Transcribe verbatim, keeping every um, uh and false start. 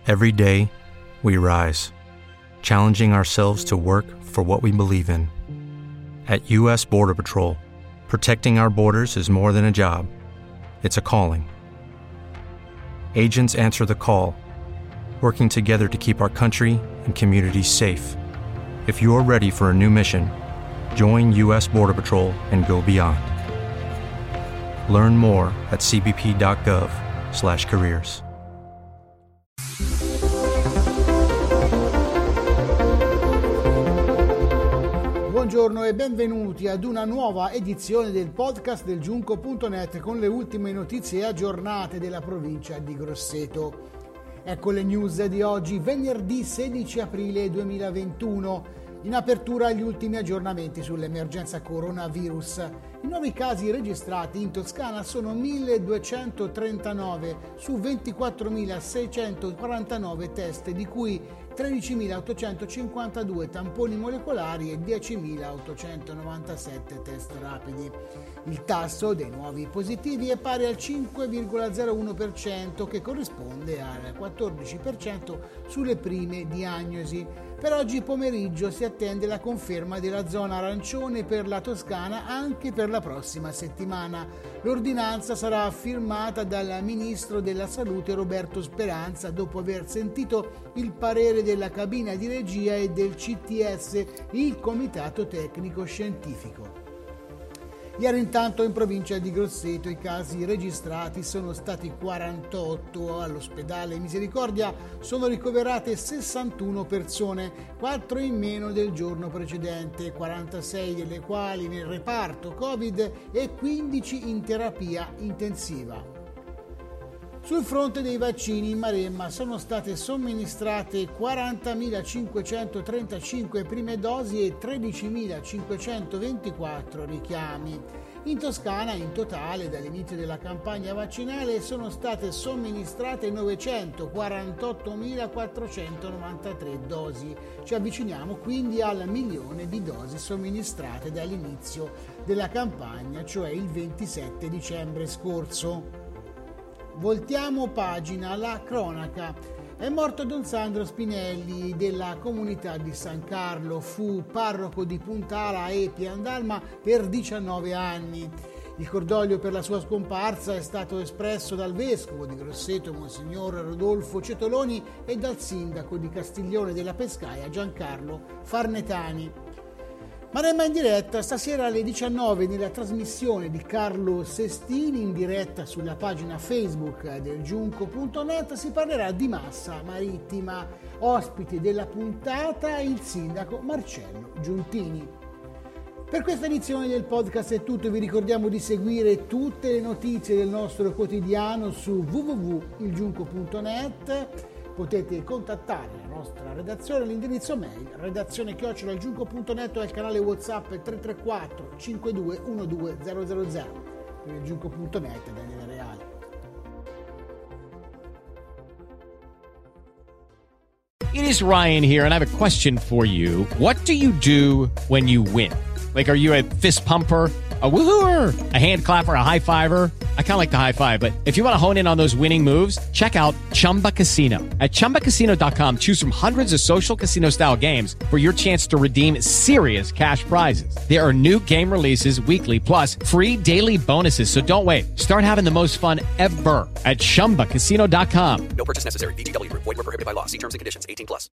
Every day, we rise, challenging ourselves to work for what we believe in. At U S Border Patrol, protecting our borders is more than a job. It's a calling. Agents answer the call, working together to keep our country and communities safe. If you're ready for a new mission, join U S Border Patrol and go beyond. Learn more at c b p dot gov slash careers. Buongiorno e benvenuti ad una nuova edizione del podcast del giunco punto net con le ultime notizie aggiornate della provincia di Grosseto. Ecco le news di oggi, venerdì sedici aprile duemilaventuno. In apertura gli ultimi aggiornamenti sull'emergenza coronavirus. I nuovi casi registrati in Toscana sono milleduecentotrentanove su ventiquattromilaseicentoquarantanove test, di cui tredicimilaottocentocinquantadue tamponi molecolari e diecimilaottocentonovantasette test rapidi. Il tasso dei nuovi positivi è pari al cinque virgola zero uno per cento, che corrisponde al quattordici per cento sulle prime diagnosi. Per oggi pomeriggio si attende la conferma della zona arancione per la Toscana anche per la prossima settimana. L'ordinanza sarà firmata dal Ministro della Salute Roberto Speranza dopo aver sentito il parere della cabina di regia e del C T S, il Comitato Tecnico Scientifico. Ieri intanto in provincia di Grosseto i casi registrati sono stati quarantotto, all'ospedale Misericordia sono ricoverate sessantuno persone, quattro in meno del giorno precedente, quarantasei delle quali nel reparto Covid e quindici in terapia intensiva. Sul fronte dei vaccini in Maremma sono state somministrate quarantamilacinquecentotrentacinque prime dosi e tredicimilacinquecentoventiquattro richiami. In Toscana in totale dall'inizio della campagna vaccinale sono state somministrate novecentoquarantottomilaquattrocentonovantatré dosi. Ci avviciniamo quindi al milione di dosi somministrate dall'inizio della campagna, cioè il ventisette dicembre scorso. Voltiamo pagina, la cronaca. È morto Don Sandro Spinelli della comunità di San Carlo, fu parroco di Puntala e Piandalma per diciannove anni. Il cordoglio per la sua scomparsa è stato espresso dal vescovo di Grosseto, Monsignor Rodolfo Cetoloni, e dal sindaco di Castiglione della Pescaia, Giancarlo Farnetani. Maremma in diretta stasera alle diciannove nella trasmissione di Carlo Sestini, in diretta sulla pagina Facebook del giunco punto net. Si parlerà di massa marittima. Ospite della puntata il sindaco Marcello Giuntini. Per questa edizione del podcast è tutto. Vi ricordiamo di seguire tutte le notizie del nostro quotidiano su w w w punto il giunco punto net. Potete contattare la nostra redazione, l'indirizzo mail redazione chiocciola il giunco punto net o il canale WhatsApp tre tre quattro cinque due uno due zero zero zero. Per il giunco punto net Daniele Reale. It is Ryan here, and I have a question for you. What do you do when you win? Like, are you a fist pumper, a woohooer, a hand clapper, a high fiver? I kind of like the high five, but if you want to hone in on those winning moves, check out Chumba Casino. At chumba casino dot com, choose from hundreds of social casino style games for your chance to redeem serious cash prizes. There are new game releases weekly, plus free daily bonuses. So don't wait. Start having the most fun ever at chumba casino dot com. No purchase necessary. V G W Group. Void where prohibited by law. See terms and conditions. eighteen plus.